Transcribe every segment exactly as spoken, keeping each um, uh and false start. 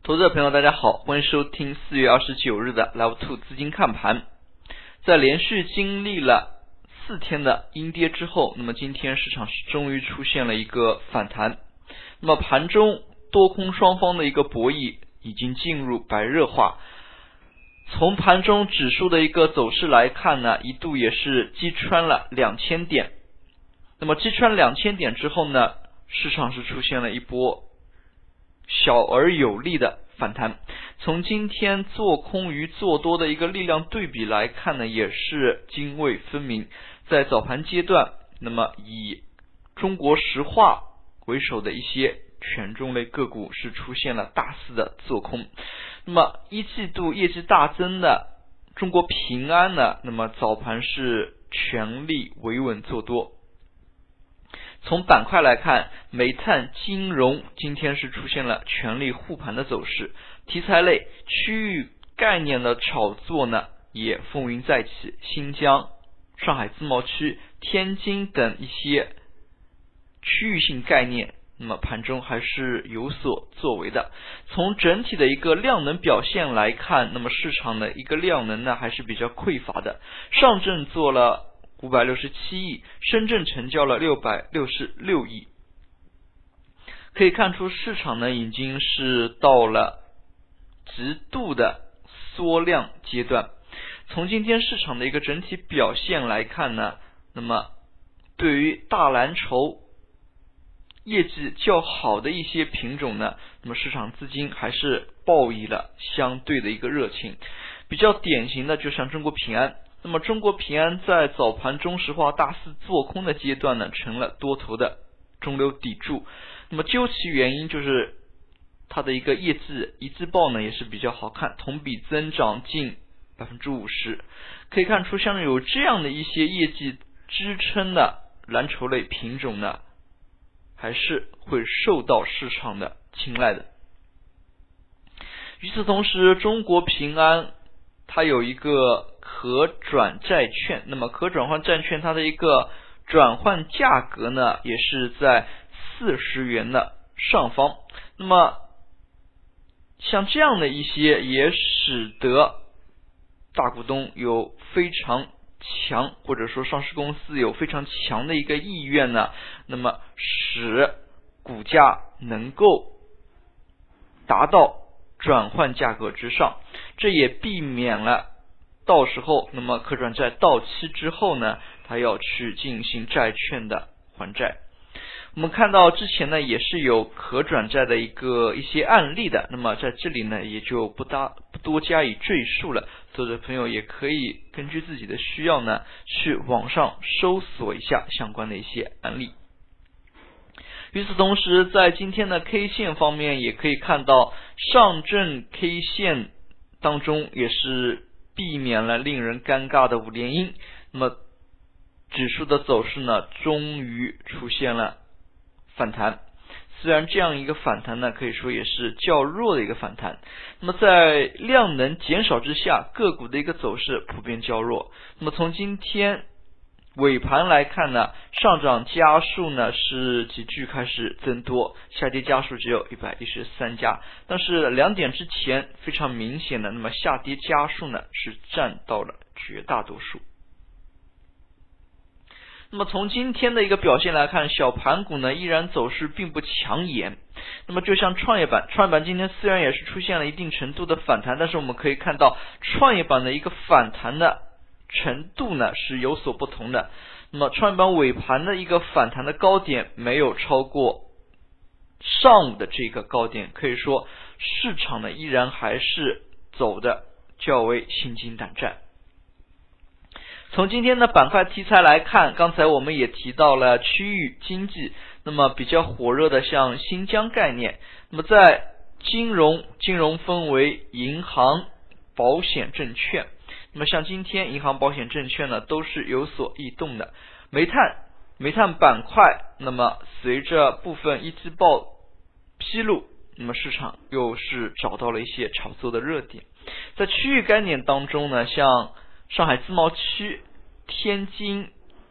投资者朋友大家好，欢迎收听四月二十九日的 Live Two 资金看盘。在连续经历了四天的阴跌之后，那么今天市场是终于出现了一个反弹。那么盘中多空双方的一个博弈已经进入白热化。从盘中指数的一个走势来看呢，一度也是击穿了两千点。那么击穿两千点之后呢，市场是出现了一波小而有力的反弹。从今天做空与做多的一个力量对比来看呢，也是泾渭分明。在早盘阶段，那么以中国石化为首的一些权重类个股是出现了大肆的做空。那么一季度业绩大增的中国平安呢，那么早盘是全力维稳做多。从板块来看，煤炭、金融今天是出现了全力护盘的走势，题材类、区域概念的炒作呢也风云再起，新疆、上海自贸区、天津等一些区域性概念，那么盘中还是有所作为的。从整体的一个量能表现来看，那么市场的一个量能呢还是比较匮乏的。上证做了五百六十七亿，深圳成交了六百六十六亿。可以看出市场呢已经是到了极度的缩量阶段。从今天市场的一个整体表现来看呢，那么对于大蓝筹业绩较好的一些品种呢，那么市场资金还是报以了相对的一个热情。比较典型的就像中国平安，那么中国平安在早盘中石化大肆做空的阶段呢，成了多头的中流砥柱。那么究其原因，就是它的一个业绩一季报呢也是比较好看，同比增长近 百分之五十。 可以看出像有这样的一些业绩支撑的蓝筹类品种呢，还是会受到市场的青睐的。与此同时，中国平安它有一个可转债券，那么可转换债券它的一个转换价格呢也是在四十元的上方。那么像这样的一些也使得大股东有非常强，或者说上市公司有非常强的一个意愿呢，那么使股价能够达到转换价格之上，这也避免了到时候那么可转债到期之后呢，它要去进行债券的还债。我们看到之前呢也是有可转债的一个一些案例的，那么在这里呢也就不大不多加以赘述了，投资者朋友也可以根据自己的需要呢去网上搜索一下相关的一些案例。与此同时，在今天的 K 线方面也可以看到，上证 K 线当中也是避免了令人尴尬的五连阴，那么指数的走势呢终于出现了反弹。虽然这样一个反弹呢可以说也是较弱的一个反弹，那么在量能减少之下，个股的一个走势普遍较弱。那么从今天尾盘来看呢，上涨家数呢是急剧开始增多，下跌家数只有一百一十三家，但是两点之前非常明显的，那么下跌家数呢是占到了绝大多数。那么从今天的一个表现来看，小盘股呢依然走势并不抢眼。那么就像创业板，创业板今天虽然也是出现了一定程度的反弹，但是我们可以看到创业板的一个反弹的程度呢是有所不同的。那么创业板尾盘的一个反弹的高点没有超过上午的这个高点，可以说市场呢依然还是走的较为心惊胆战。从今天的板块题材来看，刚才我们也提到了区域经济，那么比较火热的像新疆概念。那么在金融，金融分为银行、保险、证券。那么像今天银行、保险、证券呢都是有所异动的。煤炭，煤炭板块，那么随着部分一季报披露，那么市场又是找到了一些炒作的热点。在区域概念当中呢，像上海自贸区、天津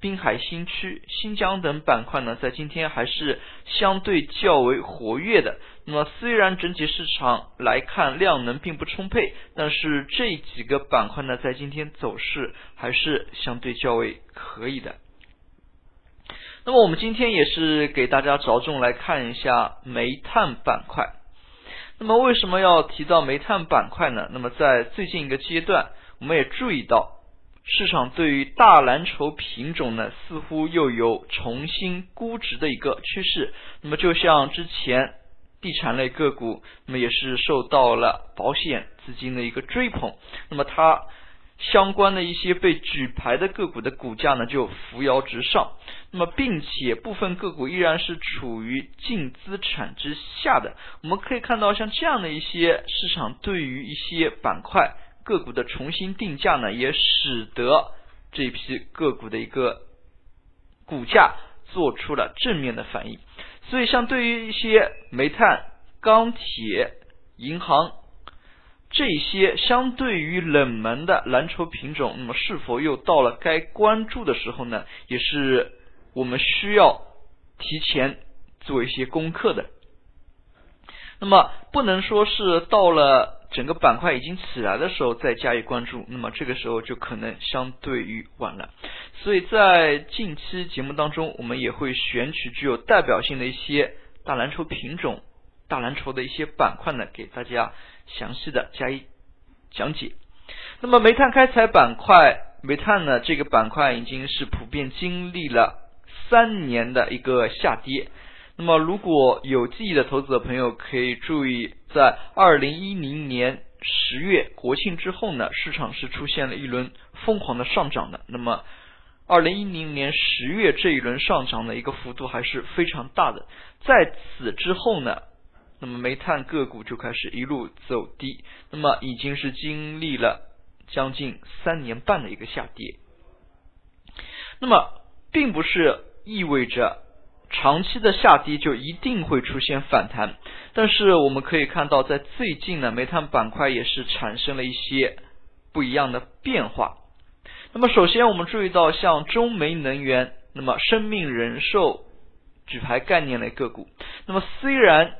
滨海新区、新疆等板块呢，在今天还是相对较为活跃的。那么虽然整体市场来看量能并不充沛，但是这几个板块呢，在今天走势还是相对较为可以的。那么我们今天也是给大家着重来看一下煤炭板块。那么为什么要提到煤炭板块呢？那么在最近一个阶段，我们也注意到市场对于大蓝筹品种呢，似乎又有重新估值的一个趋势。那么就像之前地产类个股，那么也是受到了保险资金的一个追捧，那么它相关的一些被举牌的个股的股价呢就扶摇直上，那么并且部分个股依然是处于净资产之下的。我们可以看到像这样的一些市场对于一些板块个股的重新定价呢，也使得这批个股的一个股价做出了正面的反应。所以像对于一些煤炭、钢铁、银行这些相对于冷门的蓝筹品种，那么是否又到了该关注的时候呢？也是我们需要提前做一些功课的。那么不能说是到了整个板块已经起来的时候再加以关注，那么这个时候就可能相对于晚了。所以在近期节目当中，我们也会选取具有代表性的一些大蓝筹品种、大蓝筹的一些板块呢，给大家详细的加以讲解。那么煤炭开采板块，煤炭呢这个板块已经是普遍经历了三年的一个下跌。那么如果有记忆的投资者朋友可以注意，在二零一零年十月国庆之后呢，市场是出现了一轮疯狂的上涨的。那么二零一零年十月这一轮上涨的一个幅度还是非常大的。在此之后呢，那么煤炭个股就开始一路走低，那么已经是经历了将近三年半的一个下跌。那么并不是意味着长期的下跌就一定会出现反弹，但是我们可以看到在最近呢，煤炭板块也是产生了一些不一样的变化。那么首先我们注意到像中煤能源，那么生命人寿举牌概念类个股，那么虽然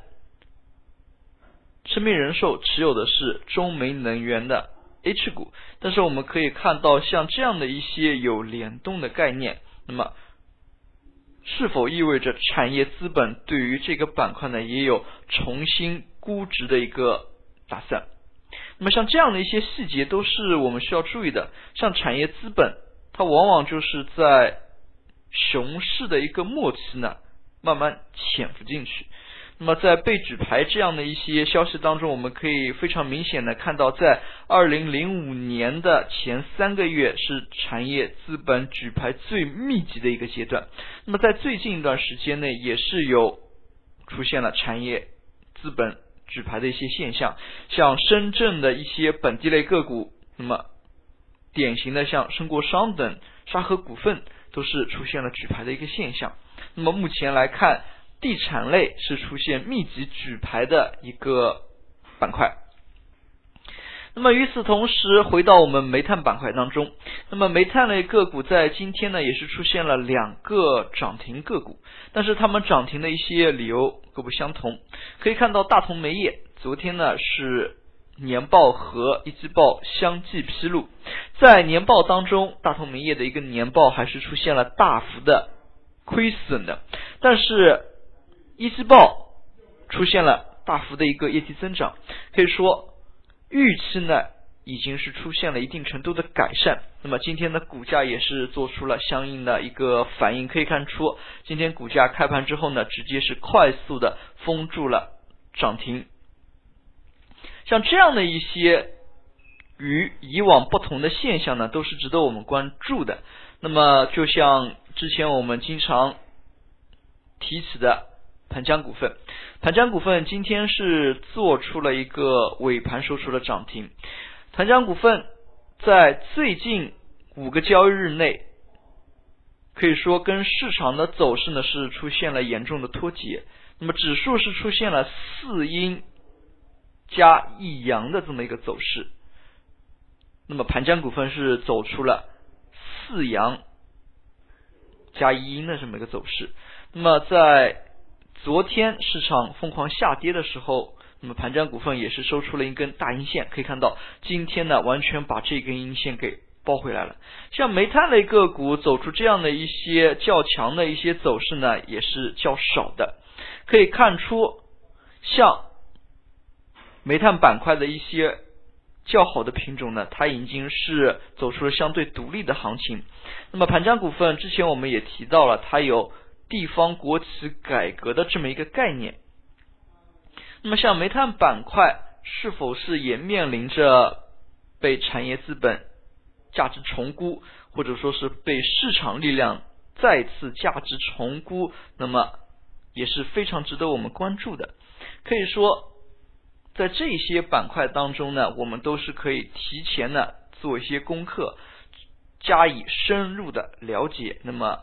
生命人寿持有的是中煤能源的 H 股，但是我们可以看到像这样的一些有联动的概念，那么是否意味着产业资本对于这个板块呢也有重新估值的一个打算？那么像这样的一些细节都是我们需要注意的。像产业资本，它往往就是在熊市的一个末期呢慢慢潜伏进去。那么在被举牌这样的一些消息当中，我们可以非常明显的看到，在二零零五年的前三个月是产业资本举牌最密集的一个阶段。那么在最近一段时间内也是有出现了产业资本举牌的一些现象，像深圳的一些本地类个股，那么典型的像深国商等、沙河股份都是出现了举牌的一个现象。那么目前来看，地产类是出现密集举牌的一个板块。那么与此同时，回到我们煤炭板块当中，那么煤炭类个股在今天呢也是出现了两个涨停个股，但是它们涨停的一些理由各不相同。可以看到大同煤业昨天呢是年报和一季报相继披露，在年报当中，大同煤业的一个年报还是出现了大幅的亏损的，但是一季报出现了大幅的一个业绩增长，可以说预期呢已经是出现了一定程度的改善。那么今天的股价也是做出了相应的一个反应，可以看出今天股价开盘之后呢直接是快速的封住了涨停。像这样的一些与以往不同的现象呢都是值得我们关注的。那么就像之前我们经常提起的盘江股份，盘江股份今天是做出了一个尾盘收出了涨停。盘江股份在最近五个交易日内，可以说跟市场的走势呢是出现了严重的脱节。那么指数是出现了四阴加一阳的这么一个走势，那么盘江股份是走出了四阳加一阴的这么一个走势。那么在昨天市场疯狂下跌的时候，那么盘瞻股份也是收出了一根大阴线，可以看到今天呢完全把这根阴线给包回来了。像煤炭类个股走出这样的一些较强的一些走势呢也是较少的，可以看出像煤炭板块的一些较好的品种呢，它已经是走出了相对独立的行情。那么盘瞻股份之前我们也提到了，它有地方国企改革的这么一个概念。那么像煤炭板块是否是也面临着被产业资本价值重估，或者说是被市场力量再次价值重估，那么也是非常值得我们关注的。可以说在这些板块当中呢，我们都是可以提前呢做一些功课，加以深入的了解，那么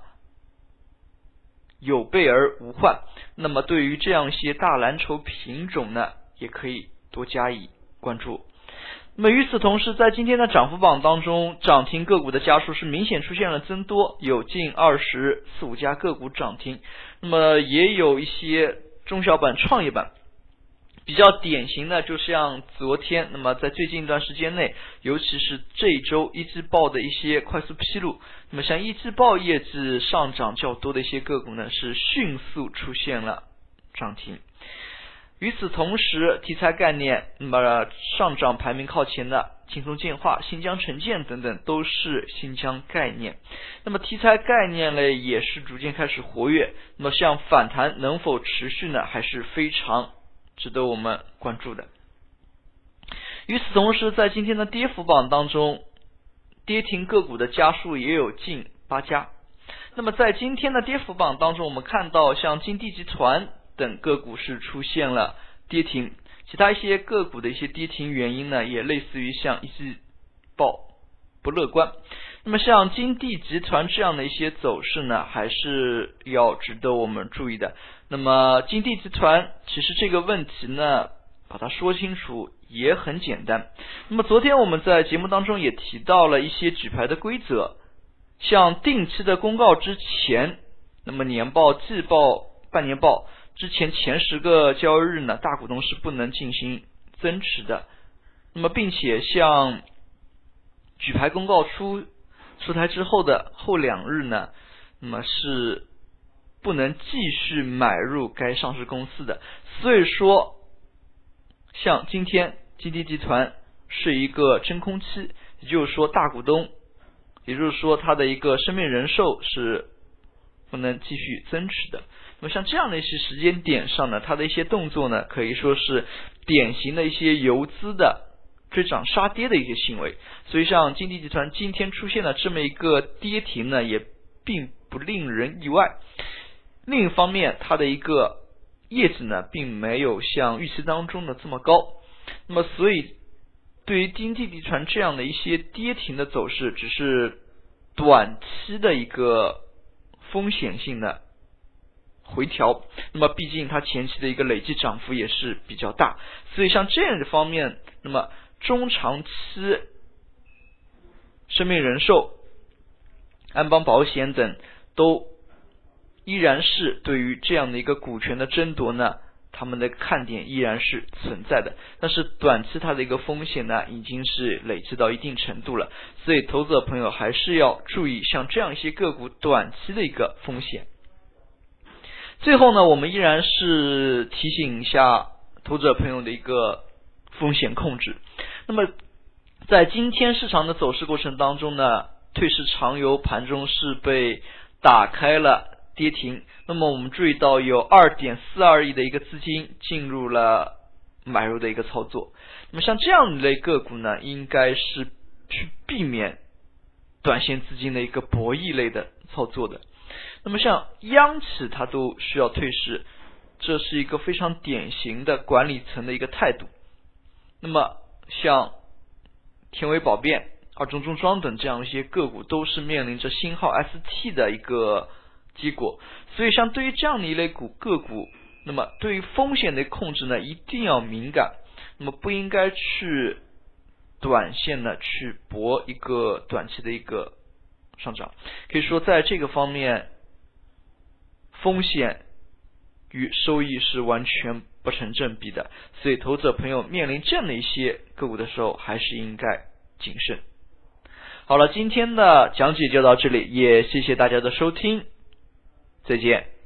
有备而无患。那么对于这样一些大蓝筹品种呢，也可以多加以关注。那么与此同时，在今天的涨幅榜当中，涨停个股的家数是明显出现了增多，有近二十四五家个股涨停。那么也有一些中小板、创业板。比较典型的就像昨天，那么在最近一段时间内，尤其是这一周一季报的一些快速披露，那么像一季报业绩上涨较多的一些个股呢，是迅速出现了涨停。与此同时，题材概念那么上涨排名靠前的轻松建化、新疆城建等等都是新疆概念。那么题材概念类也是逐渐开始活跃，那么像反弹能否持续呢，还是非常值得我们关注的。与此同时，在今天的跌幅榜当中，跌停个股的家数也有近八家。那么在今天的跌幅榜当中，我们看到像金地集团等个股是出现了跌停，其他一些个股的一些跌停原因呢，也类似于像一季报不乐观。那么像金地集团这样的一些走势呢，还是要值得我们注意的。那么金地集团其实这个问题呢，把它说清楚也很简单。那么昨天我们在节目当中也提到了一些举牌的规则，像定期的公告之前，那么年报、季报、半年报之前前十个交易日呢，大股东是不能进行增持的。那么并且像举牌公告出出台之后的后两日呢，那么是不能继续买入该上市公司的。所以说像今天金地集团是一个真空期，也就是说大股东，也就是说它的一个生命人寿是不能继续增持的。那么像这样的一些时间点上呢，它的一些动作呢，可以说是典型的一些游资的追涨杀跌的一些行为。所以像金地集团今天出现了这么一个跌停呢，也并不令人意外。另一方面，它的一个业绩呢，并没有像预期当中的这么高。那么所以对于金地集团这样的一些跌停的走势，只是短期的一个风险性的回调。那么毕竟它前期的一个累计涨幅也是比较大，所以像这样的方面，那么中长期生命人寿、安邦保险等都依然是对于这样的一个股权的争夺呢，他们的看点依然是存在的。但是短期它的一个风险呢，已经是累积到一定程度了，所以投资者朋友还是要注意像这样一些个股短期的一个风险。最后呢，我们依然是提醒一下投资者朋友的一个风险控制。那么在今天市场的走势过程当中呢，退市长游盘中是被打开了跌停。那么我们注意到有 二点四二亿的一个资金进入了买入的一个操作。那么像这样一类个股呢，应该是去避免短线资金的一个博弈类的操作的。那么像央企它都需要退市，这是一个非常典型的管理层的一个态度。那么像天维保变、二中重装等这样一些个股都是面临着星号 S T 的一个结果。所以像对于这样的一类股个股，那么对于风险的控制呢，一定要敏感。那么不应该去短线呢去搏一个短期的一个上涨。可以说在这个方面风险与收益是完全不成正比的，所以投资者朋友面临这样的一些个股的时候，还是应该谨慎。好了，今天的讲解就到这里，也谢谢大家的收听，再见。